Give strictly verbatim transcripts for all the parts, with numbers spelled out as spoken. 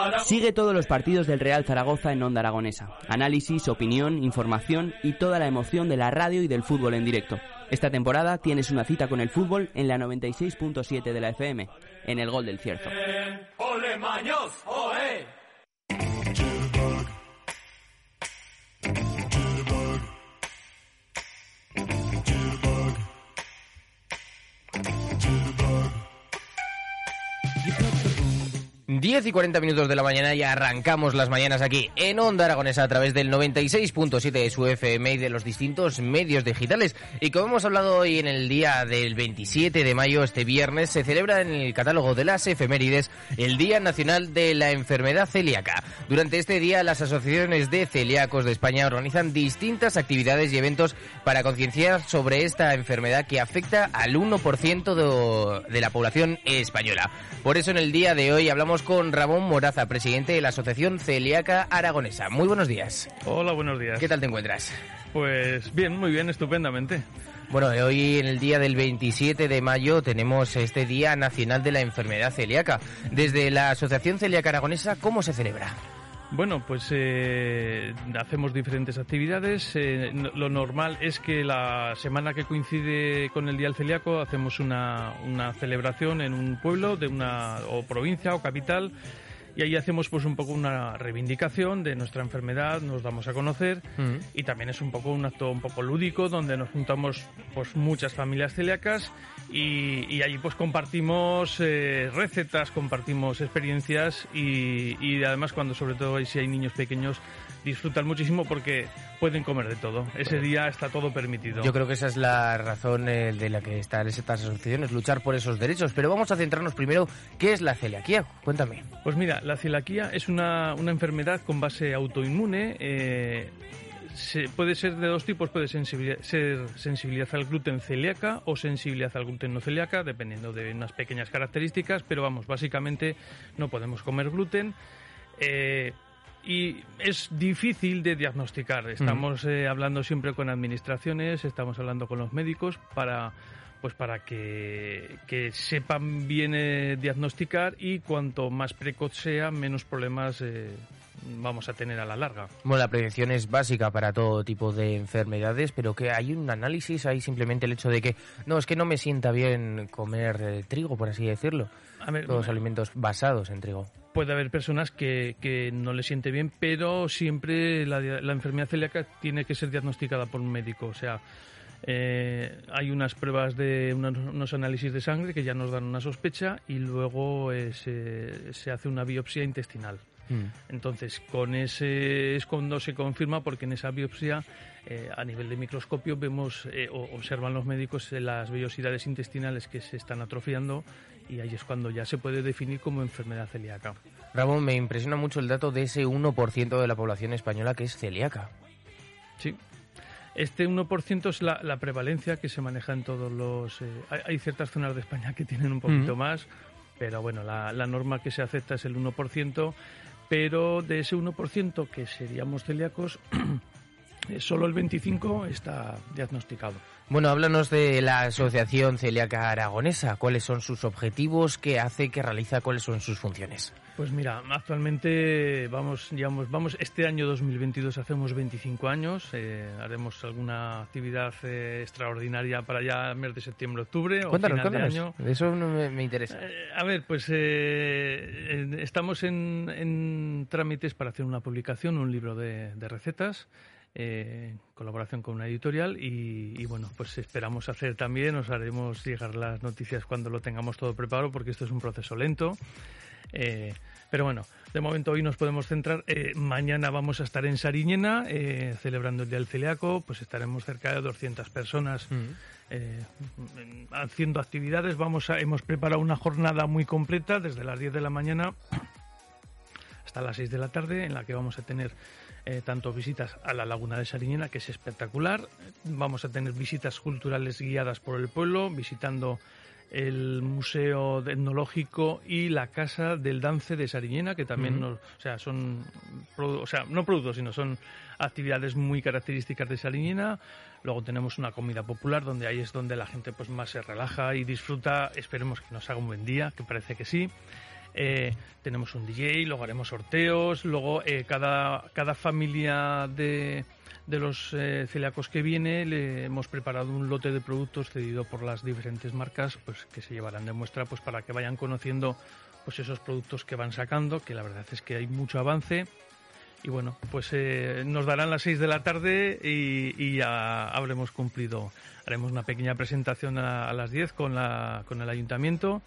Sigue todos los partidos del Real Zaragoza en Onda Aragonesa. Análisis, opinión, información y toda la emoción de la radio y del fútbol en directo. Esta temporada tienes una cita con el fútbol en la noventa y seis punto siete de la F M, en el Gol del Cierzo. ¡Ole, Maños! ¡Oe! diez y cuarenta minutos de la mañana y arrancamos las mañanas aquí en Onda Aragonesa a través del noventa y seis punto siete de su F M y de los distintos medios digitales. Y como hemos hablado hoy, en el día del veintisiete de mayo, este viernes, se celebra en el catálogo de las efemérides el Día Nacional de la Enfermedad Celíaca. Durante este día, las asociaciones de celíacos de España organizan distintas actividades y eventos para concienciar sobre esta enfermedad que afecta al uno por ciento de, de la población española. Por eso en el día de hoy hablamos con Ramón Moraza, presidente de la Asociación Celíaca Aragonesa. Muy buenos días. Hola, buenos días. ¿Qué tal te encuentras? Pues bien, muy bien, estupendamente. Bueno, hoy en el día del veintisiete de mayo tenemos este Día Nacional de la Enfermedad Celíaca. Desde la Asociación Celíaca Aragonesa, ¿cómo se celebra? Bueno, pues eh, hacemos diferentes actividades. Eh, lo normal es que la semana que coincide con el Día del Celíaco hacemos una, una celebración en un pueblo de una o provincia o capital. Y ahí hacemos pues un poco una reivindicación de nuestra enfermedad, nos damos a conocer uh-huh. y también es un poco un acto un poco lúdico donde nos juntamos pues muchas familias celíacas y, y allí pues compartimos eh, recetas, compartimos experiencias y, y además cuando sobre todo si hay niños pequeños disfrutan muchísimo porque pueden comer de todo. Ese día está todo permitido. Yo creo que esa es la razón eh, de la que están estas asociaciones, luchar por esos derechos. Pero vamos a centrarnos primero, ¿qué es la celiaquía? Cuéntame. Pues mira, la celiaquía es una, una enfermedad con base autoinmune. Eh, se, puede ser de dos tipos, puede sensibilidad, ser sensibilidad al gluten celíaca o sensibilidad al gluten no celíaca, dependiendo de unas pequeñas características, pero vamos, básicamente no podemos comer gluten. Eh, Y es difícil de diagnosticar. Estamos eh, hablando siempre con administraciones, estamos hablando con los médicos para, pues para que, que sepan bien eh, diagnosticar y cuanto más precoz sea, menos problemas eh, vamos a tener a la larga. Bueno, la prevención es básica para todo tipo de enfermedades, pero que hay un análisis, hay simplemente el hecho de que no, es que no me sienta bien comer eh, trigo, por así decirlo. A ver, todos los alimentos basados en trigo. Puede haber personas que, que no le siente bien, pero siempre la, la enfermedad celíaca tiene que ser diagnosticada por un médico. O sea, eh, hay unas pruebas de unos, unos análisis de sangre que ya nos dan una sospecha y luego eh, se, se hace una biopsia intestinal. Mm. Entonces, con ese es cuando se confirma, porque en esa biopsia, eh, a nivel de microscopio, vemos eh, o observan los médicos eh, las vellosidades intestinales que se están atrofiando y ahí es cuando ya se puede definir como enfermedad celíaca. Ramón, me impresiona mucho el dato de ese uno por ciento de la población española que es celíaca. Sí. Este uno por ciento es la, la prevalencia que se maneja en todos los... Eh, hay, hay ciertas zonas de España que tienen un poquito uh-huh. más, pero bueno, la, la norma que se acepta es el uno por ciento, pero de ese uno por ciento que seríamos celíacos, solo el veinticinco por ciento está diagnosticado. Bueno, háblanos de la Asociación Celíaca Aragonesa. ¿Cuáles son sus objetivos? ¿Qué hace? ¿Qué realiza? ¿Cuáles son sus funciones? Pues mira, actualmente vamos, llevamos, vamos este año dos mil veintidós hacemos veinticinco años. Eh, haremos alguna actividad eh, extraordinaria para ya mes de septiembre, octubre o cuéntanos, final cuéntanos. de año. Eso no me, me interesa. Eh, a ver, pues eh, estamos en, en trámites para hacer una publicación, un libro de, de recetas. Eh, en colaboración con una editorial y, y bueno, pues esperamos hacer también, os haremos llegar las noticias cuando lo tengamos todo preparado porque esto es un proceso lento, eh, pero bueno, de momento hoy nos podemos centrar. Eh, mañana vamos a estar en Sariñena eh, celebrando el Día del Celíaco, pues estaremos cerca de doscientas personas mm. eh, haciendo actividades. Vamos a, hemos preparado una jornada muy completa desde las diez de la mañana hasta las seis de la tarde en la que vamos a tener Eh, tanto visitas a la Laguna de Sariñena, que es espectacular, vamos a tener visitas culturales guiadas por el pueblo, visitando el Museo Etnológico y la Casa del Dance de Sariñena, que también, uh-huh. nos, o sea, son, o sea, no productos, sino son actividades muy características de Sariñena. Luego tenemos una comida popular, donde ahí es donde la gente pues más se relaja y disfruta. Esperemos que nos haga un buen día, que parece que sí. Eh, tenemos un D J, luego haremos sorteos, luego eh, cada, cada familia de, de los eh, celíacos que viene le hemos preparado un lote de productos cedido por las diferentes marcas, pues que se llevarán de muestra, pues para que vayan conociendo pues esos productos que van sacando, que la verdad es que hay mucho avance. Y bueno, pues eh, nos darán las seis de la tarde y, y ya habremos cumplido. Haremos una pequeña presentación a, a las diez con, la, con el ayuntamiento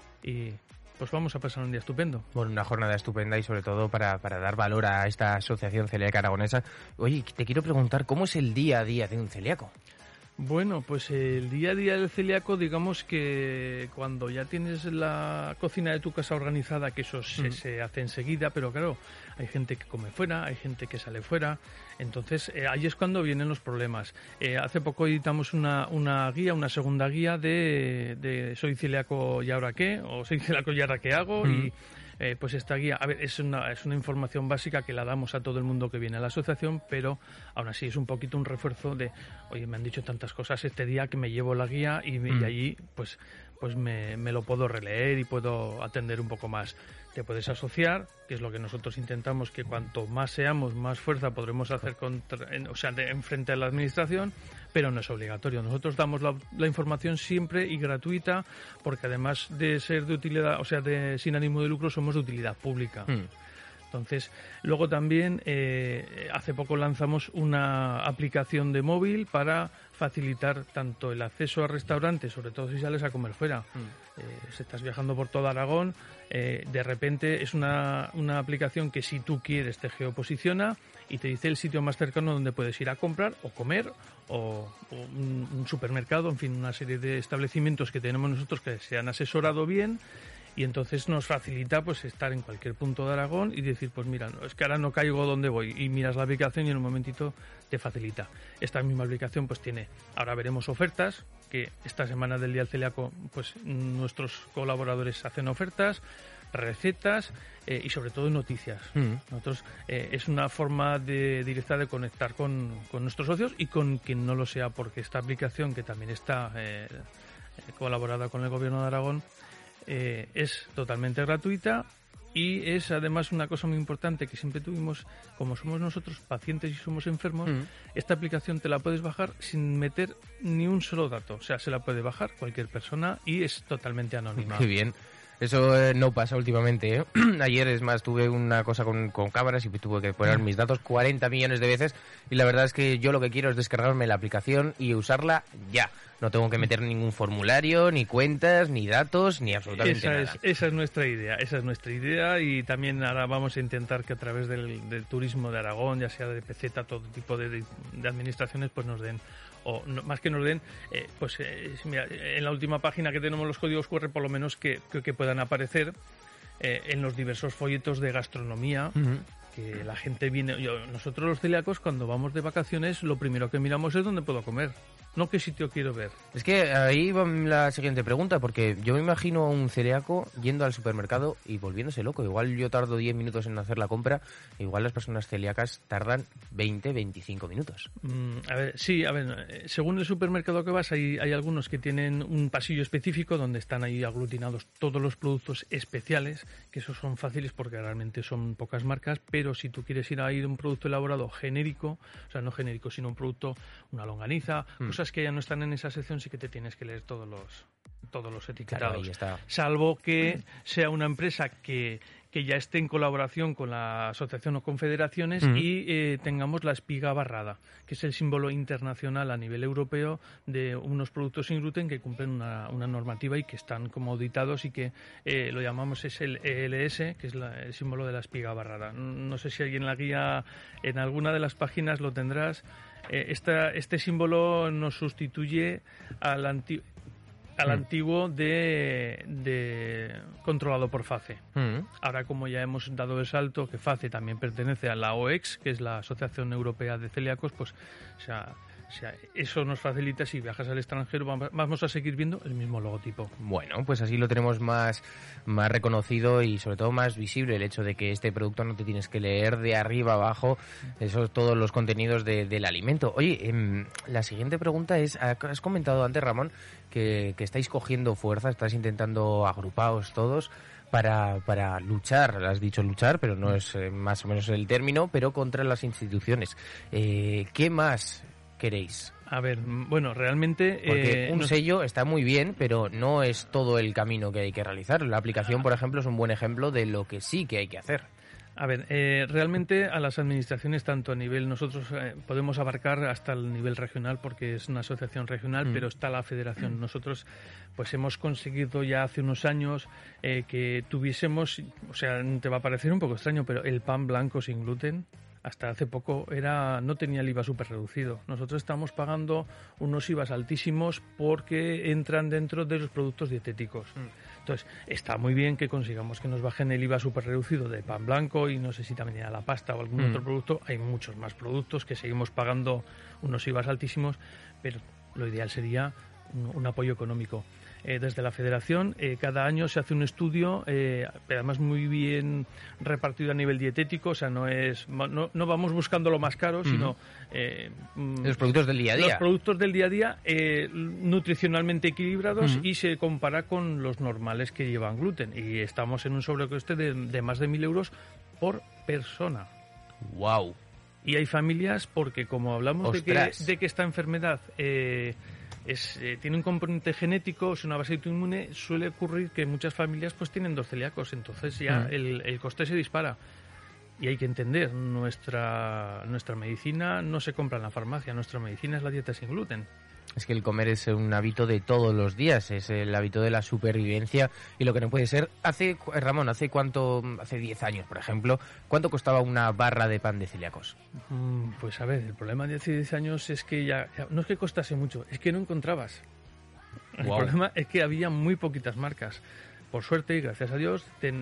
y pues vamos a pasar un día estupendo. Bueno, una jornada estupenda y sobre todo para, para dar valor a esta asociación celíaca aragonesa. Oye, te quiero preguntar, ¿cómo es el día a día de un celíaco? Bueno, pues el día a día del celíaco, digamos que cuando ya tienes la cocina de tu casa organizada, que eso se, mm. se hace enseguida, pero claro, hay gente que come fuera, hay gente que sale fuera, entonces eh, ahí es cuando vienen los problemas. Eh, hace poco editamos una, una guía, una segunda guía de, de soy celíaco y ahora qué, o soy celíaco y ahora qué hago, mm. y Eh, pues esta guía, a ver, es una, es una información básica que la damos a todo el mundo que viene a la asociación, pero aún así es un poquito un refuerzo de, oye, me han dicho tantas cosas este día que me llevo la guía y, mm. y allí pues pues me, me lo puedo releer y puedo atender un poco más. Te puedes asociar, que es lo que nosotros intentamos, que cuanto más seamos, más fuerza podremos hacer contra, en, o sea, de, en frente a la administración, pero no es obligatorio. Nosotros damos la, la información siempre y gratuita, porque además de ser de utilidad, o sea, de sin ánimo de lucro, somos de utilidad pública. Mm. Entonces, luego también eh, hace poco lanzamos una aplicación de móvil para facilitar tanto el acceso a restaurantes, sobre todo si sales a comer fuera. Mm. Eh, si estás viajando por todo Aragón, eh, de repente es una, una aplicación que si tú quieres te geoposiciona y te dice el sitio más cercano donde puedes ir a comprar o comer o, o un, un supermercado, en fin, una serie de establecimientos que tenemos nosotros que se han asesorado bien. Y entonces nos facilita pues estar en cualquier punto de Aragón y decir, pues mira, no, es que ahora no caigo donde voy, y miras la aplicación y en un momentito te facilita. Esta misma aplicación pues tiene, ahora veremos ofertas, que esta semana del Día del Celíaco pues nuestros colaboradores hacen ofertas, recetas eh, y sobre todo noticias. Mm. Nosotros eh, es una forma de, directa de conectar con, con nuestros socios y con quien no lo sea, porque esta aplicación, que también está eh, colaborada con el Gobierno de Aragón, Eh, es totalmente gratuita y es además una cosa muy importante que siempre tuvimos, como somos nosotros pacientes y somos enfermos, mm. esta aplicación te la puedes bajar sin meter ni un solo dato, o sea, se la puede bajar cualquier persona y es totalmente anónima. Qué bien. Eso eh, no pasa últimamente, ¿eh? Ayer, es más, tuve una cosa con, con cámaras y tuve que poner mis datos cuarenta millones de veces y la verdad es que yo lo que quiero es descargarme la aplicación y usarla ya. No tengo que meter ningún formulario, ni cuentas, ni datos, ni absolutamente esa nada. Es, esa es nuestra idea, esa es nuestra idea y también ahora vamos a intentar que a través del, del turismo de Aragón, ya sea de P Z, todo tipo de, de, de administraciones, pues nos den, o no, más que nos den, eh, pues eh, mira, en la última página que tenemos los códigos cu erre, por lo menos que, que, que puedan aparecer eh, en los diversos folletos de gastronomía. Uh-huh. Que la gente viene, yo, nosotros los celíacos cuando vamos de vacaciones lo primero que miramos es dónde puedo comer, no qué sitio quiero ver. Es que ahí va la siguiente pregunta, porque yo me imagino a un celíaco yendo al supermercado y volviéndose loco. Igual yo tardo diez minutos en hacer la compra, igual las personas celíacas tardan veinte, veinticinco minutos. Mm, a ver, sí, a ver, según el supermercado que vas, hay, hay algunos que tienen un pasillo específico donde están ahí aglutinados todos los productos especiales, que esos son fáciles porque realmente son pocas marcas, pero si tú quieres ir a ir a un producto elaborado genérico, o sea, no genérico, sino un producto, una longaniza, mm. cosas que ya no están en esa sección, sí que te tienes que leer todos los todos los etiquetados. Claro, ahí está. Salvo que sea una empresa que, que ya esté en colaboración con la asociación o confederaciones mm. y eh, tengamos la espiga barrada, que es el símbolo internacional a nivel europeo de unos productos sin gluten que cumplen una, una normativa y que están como auditados y que eh, lo llamamos es el E L S, que es la, el símbolo de la espiga barrada. No sé si alguien en la guía, en alguna de las páginas lo tendrás. Eh, esta, este símbolo nos sustituye al antiguo al mm. antiguo de, de controlado por FACE. Mm. Ahora, como ya hemos dado el salto, que FACE también pertenece a la O E C, que es la Asociación Europea de Celíacos, pues o sea, o sea, eso nos facilita, si viajas al extranjero, vamos a seguir viendo el mismo logotipo. Bueno, pues así lo tenemos más, más reconocido y sobre todo más visible, el hecho de que este producto no te tienes que leer de arriba abajo esos todos los contenidos de, del alimento. Oye, eh, la siguiente pregunta es, has comentado antes, Ramón, que, que estáis cogiendo fuerza, estáis intentando agruparos todos para, para luchar, has dicho luchar, pero no es eh, más o menos el término, pero contra las instituciones. Eh, ¿Qué más queréis? A ver, bueno, realmente... Porque eh, un nos... sello está muy bien, pero no es todo el camino que hay que realizar. La aplicación, por ejemplo, es un buen ejemplo de lo que sí que hay que hacer. A ver, eh, realmente a las administraciones, tanto a nivel, nosotros eh, podemos abarcar hasta el nivel regional porque es una asociación regional, mm. pero está la federación. Nosotros pues hemos conseguido ya hace unos años eh, que tuviésemos, o sea, te va a parecer un poco extraño, pero el pan blanco sin gluten hasta hace poco era no tenía el I V A súper reducido. Nosotros estamos pagando unos I V As altísimos porque entran dentro de los productos dietéticos. Mm. Entonces, está muy bien que consigamos que nos bajen el I V A súper reducido de pan blanco y no sé si también era la pasta o algún mm. otro producto. Hay muchos más productos que seguimos pagando unos I V As altísimos, pero lo ideal sería un, un apoyo económico. Eh, desde la Federación, eh, cada año se hace un estudio, eh, además muy bien repartido a nivel dietético, o sea, no es no, no vamos buscando lo más caro, mm-hmm. sino... Eh, los productos del día a día. Los productos del día a día eh, nutricionalmente equilibrados mm-hmm. y se compara con los normales que llevan gluten. Y estamos en un sobrecoste de, de más de mil euros por persona. ¡Wow! Y hay familias, porque como hablamos de que, de que esta enfermedad... Eh, Es, eh, tiene un componente genético, es una base autoinmune, suele ocurrir que muchas familias pues tienen dos celíacos, entonces ya mm. el, el coste se dispara. Y hay que entender, nuestra, nuestra medicina no se compra en la farmacia, nuestra medicina es la dieta sin gluten. Es que el comer es un hábito de todos los días, es el hábito de la supervivencia y lo que no puede ser. Hace, Ramón, ¿hace cuánto? Hace diez años, por ejemplo, ¿cuánto costaba una barra de pan de celíacos? Mm, pues a ver, el problema de hace diez años es que ya, ya, no es que costase mucho, es que no encontrabas. El wow. problema es que había muy poquitas marcas. Por suerte y gracias a Dios, ten,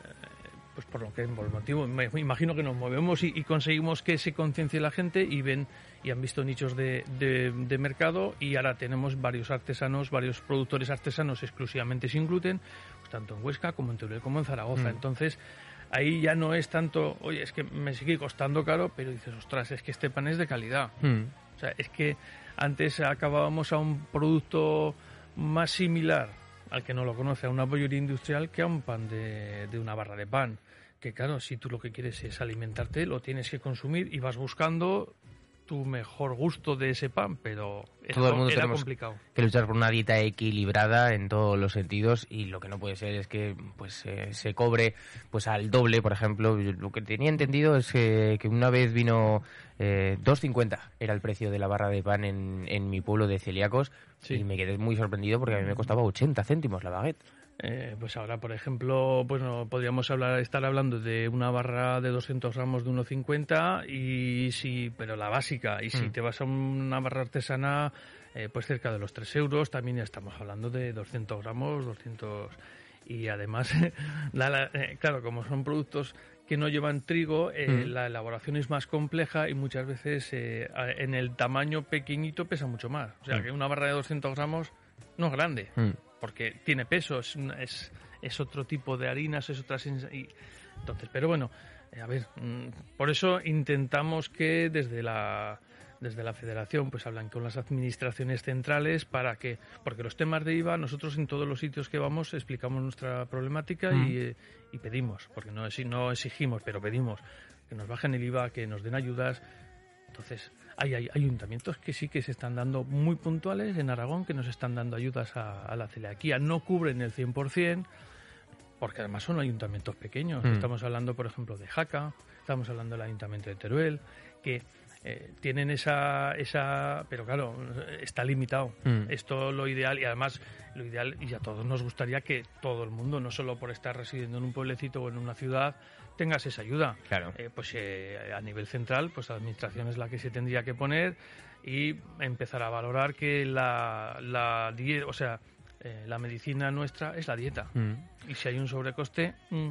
pues por lo que por el motivo, me imagino que nos movemos y, y conseguimos que se conciencie la gente y ven y han visto nichos de, de, de mercado y ahora tenemos varios artesanos, varios productores artesanos exclusivamente sin gluten, pues tanto en Huesca como en Teruel como en Zaragoza. Mm. Entonces ahí ya no es tanto, oye, es que me sigue costando caro, pero dices, ostras, es que este pan es de calidad. Mm. O sea, es que antes acabábamos a un producto más similar al que no lo conoce, a una bollería industrial, que a un pan de, de una barra de pan. Que claro, si tú lo que quieres es alimentarte, lo tienes que consumir y vas buscando tu mejor gusto de ese pan, pero era, todo el mundo era tenemos complicado. Que luchar por una dieta equilibrada en todos los sentidos y lo que no puede ser es que pues eh, se cobre pues al doble, por ejemplo. Lo que tenía entendido es que, que una vez vino eh, dos cincuenta era el precio de la barra de pan en, en mi pueblo de celíacos. Sí. Y me quedé muy sorprendido porque a mí me costaba ochenta céntimos la baguette. Eh, pues ahora, por ejemplo, pues no, podríamos hablar, estar hablando de una barra de doscientos gramos de uno cincuenta, y si, pero la básica, y si mm. te vas a una barra artesana, eh, pues cerca de los tres euros, también ya estamos hablando de doscientos gramos, doscientos, y además, la, la, eh, claro, como son productos que no llevan trigo, eh, mm. la elaboración es más compleja y muchas veces eh, en el tamaño pequeñito pesa mucho más. O sea, mm. que una barra de doscientos gramos no es grande. Mm. Porque tiene peso, es, es, es otro tipo de harinas, es otra y, entonces, pero bueno, eh, a ver, mmm, por eso intentamos que desde la desde la Federación pues hablan con las administraciones centrales para que, porque los temas de I V A nosotros en todos los sitios que vamos explicamos nuestra problemática mm. y, eh, y pedimos, porque no, no exigimos, pero pedimos que nos bajen el I V A, que nos den ayudas. Entonces, hay, hay, hay ayuntamientos que sí que se están dando muy puntuales en Aragón, que nos están dando ayudas a, a la celiaquía. No cubren el cien por ciento, porque además son ayuntamientos pequeños. Mm. Estamos hablando, por ejemplo, de Jaca, estamos hablando del ayuntamiento de Teruel, que eh, tienen esa, esa... Pero claro, está limitado. Mm. Esto lo ideal, y además lo ideal, y a todos nos gustaría que todo el mundo, no solo por estar residiendo en un pueblecito o en una ciudad, tengas esa ayuda. Claro. Eh, pues eh, a nivel central, pues la administración es la que se tendría que poner y empezar a valorar que la, la dieta, o sea, eh, la medicina nuestra es la dieta. Mm. Y si hay un sobrecoste... Mm.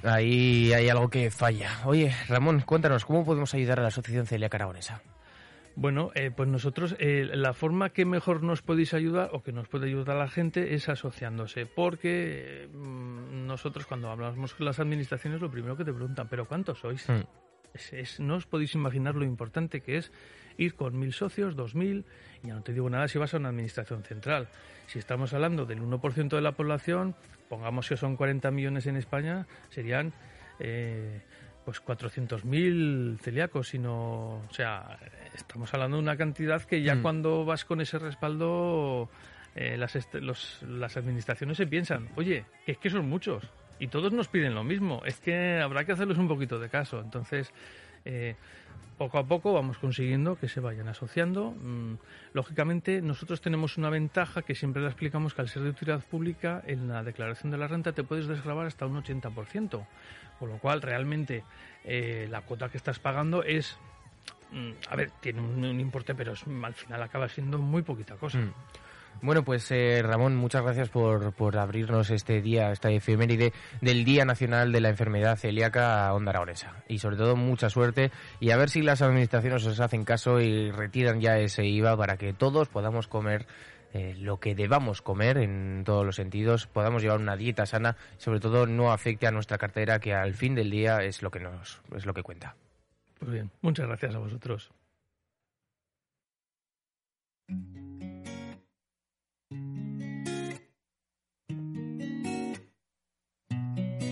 Ahí hay algo que falla. Oye, Ramón, cuéntanos, ¿cómo podemos ayudar a la Asociación Celíaca Aragonesa? Bueno, eh, pues nosotros, eh, la forma que mejor nos podéis ayudar o que nos puede ayudar a la gente es asociándose, porque eh, nosotros cuando hablamos con las administraciones lo primero que te preguntan, ¿pero cuántos sois? Mm. Es, es, no os podéis imaginar lo importante que es ir con mil socios, dos mil, y ya no te digo nada si vas a una administración central. Si estamos hablando del uno por ciento de la población, pongamos que son cuarenta millones en España, serían eh, pues cuatrocientos mil celíacos, sino, o sea, estamos hablando de una cantidad que ya mm. cuando vas con ese respaldo, eh, las, est- los, las administraciones se piensan, oye, es que son muchos. Y todos nos piden lo mismo, es que habrá que hacerles un poquito de caso. Entonces, eh, poco a poco vamos consiguiendo que se vayan asociando. Mm, lógicamente, nosotros tenemos una ventaja que siempre la explicamos, que al ser de utilidad pública, en la declaración de la renta te puedes desgravar hasta un ochenta por ciento. Con lo cual, realmente, eh, la cuota que estás pagando es... Mm, a ver, tiene un, un importe, pero es, al final acaba siendo muy poquita cosa. Mm. Bueno, pues eh, Ramón, muchas gracias por, por abrirnos este día, esta efeméride del Día Nacional de la Enfermedad Celíaca a Onda Aragonesa. Y sobre todo, mucha suerte y a ver si las administraciones os hacen caso y retiran ya ese I V A para que todos podamos comer eh, lo que debamos comer en todos los sentidos, podamos llevar una dieta sana y sobre todo no afecte a nuestra cartera, que al fin del día es lo que nos es lo que cuenta. Pues bien, muchas gracias a vosotros.